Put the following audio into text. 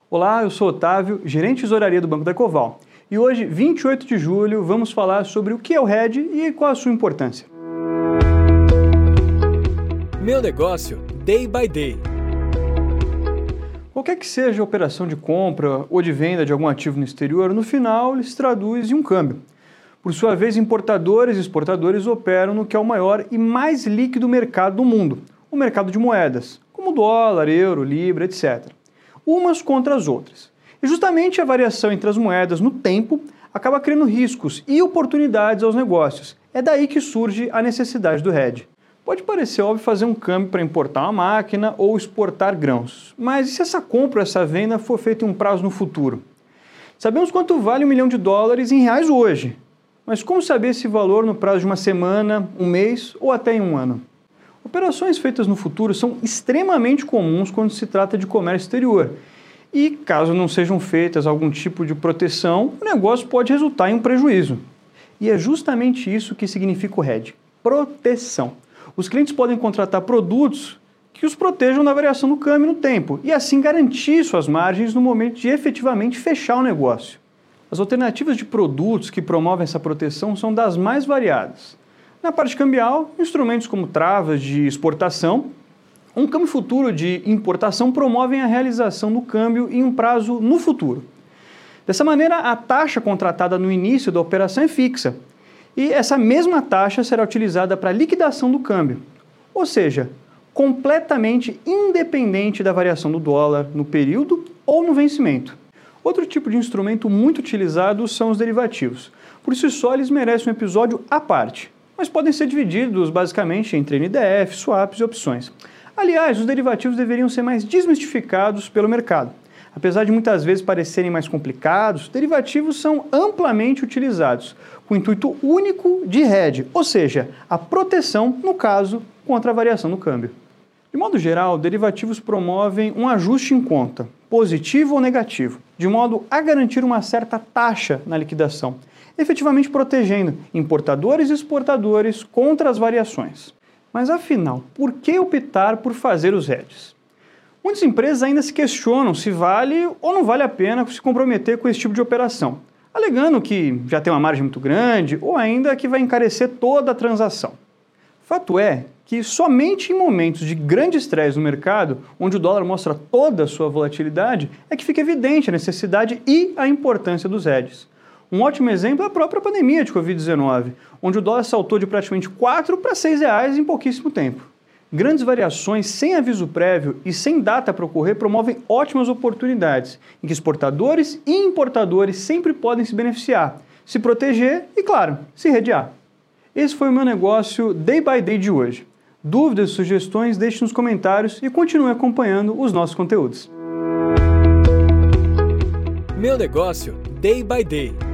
Olá, eu sou Otávio, gerente de tesouraria do Banco da Ecoval. E hoje, 28 de julho, vamos falar sobre o que é o hedge e qual a sua importância. Meu negócio, day by day. Qualquer que seja a operação de compra ou de venda de algum ativo no exterior, no final ele se traduz em um câmbio. Por sua vez, importadores e exportadores operam no que é o maior e mais líquido mercado do mundo, o mercado de moedas, como dólar, euro, libra, etc. Umas contra as outras. E justamente a variação entre as moedas no tempo acaba criando riscos e oportunidades aos negócios. É daí que surge a necessidade do hedge. Pode parecer óbvio fazer um câmbio para importar uma máquina ou exportar grãos, mas e se essa compra ou essa venda for feita em um prazo no futuro? Sabemos quanto vale $1 milhão em reais hoje, mas como saber esse valor no prazo de uma semana, um mês ou até em um ano? Operações feitas no futuro são extremamente comuns quando se trata de comércio exterior. E, caso não sejam feitas algum tipo de proteção, o negócio pode resultar em um prejuízo. E é justamente isso que significa o hedge: proteção. Os clientes podem contratar produtos que os protejam da variação do câmbio no tempo e assim garantir suas margens no momento de efetivamente fechar o negócio. As alternativas de produtos que promovem essa proteção são das mais variadas. Na parte cambial, instrumentos como travas de exportação, um câmbio futuro de importação promovem a realização do câmbio em um prazo no futuro. Dessa maneira, a taxa contratada no início da operação é fixa, e essa mesma taxa será utilizada para a liquidação do câmbio, ou seja, completamente independente da variação do dólar no período ou no vencimento. Outro tipo de instrumento muito utilizado são os derivativos. Por si só, eles merecem um episódio à parte, mas podem ser divididos basicamente entre NDF, swaps e opções. Aliás, os derivativos deveriam ser mais desmistificados pelo mercado. Apesar de muitas vezes parecerem mais complicados, derivativos são amplamente utilizados, com o intuito único de hedge, ou seja, a proteção, no caso, contra a variação no câmbio. De modo geral, derivativos promovem um ajuste em conta, positivo ou negativo, de modo a garantir uma certa taxa na liquidação, efetivamente protegendo importadores e exportadores contra as variações. Mas afinal, por que optar por fazer os hedges? Muitas empresas ainda se questionam se vale ou não vale a pena se comprometer com esse tipo de operação, alegando que já tem uma margem muito grande ou ainda que vai encarecer toda a transação. Fato é que somente em momentos de grande estresse no mercado, onde o dólar mostra toda a sua volatilidade, é que fica evidente a necessidade e a importância dos hedges. Um ótimo exemplo é a própria pandemia de Covid-19, onde o dólar saltou de praticamente R$ para R$ em pouquíssimo tempo. Grandes variações sem aviso prévio e sem data para ocorrer promovem ótimas oportunidades, em que exportadores e importadores sempre podem se beneficiar, se proteger e, claro, se hedgear. Esse foi o meu negócio Day by Day de hoje. Dúvidas e sugestões deixe nos comentários e continue acompanhando os nossos conteúdos. Meu negócio, day by day.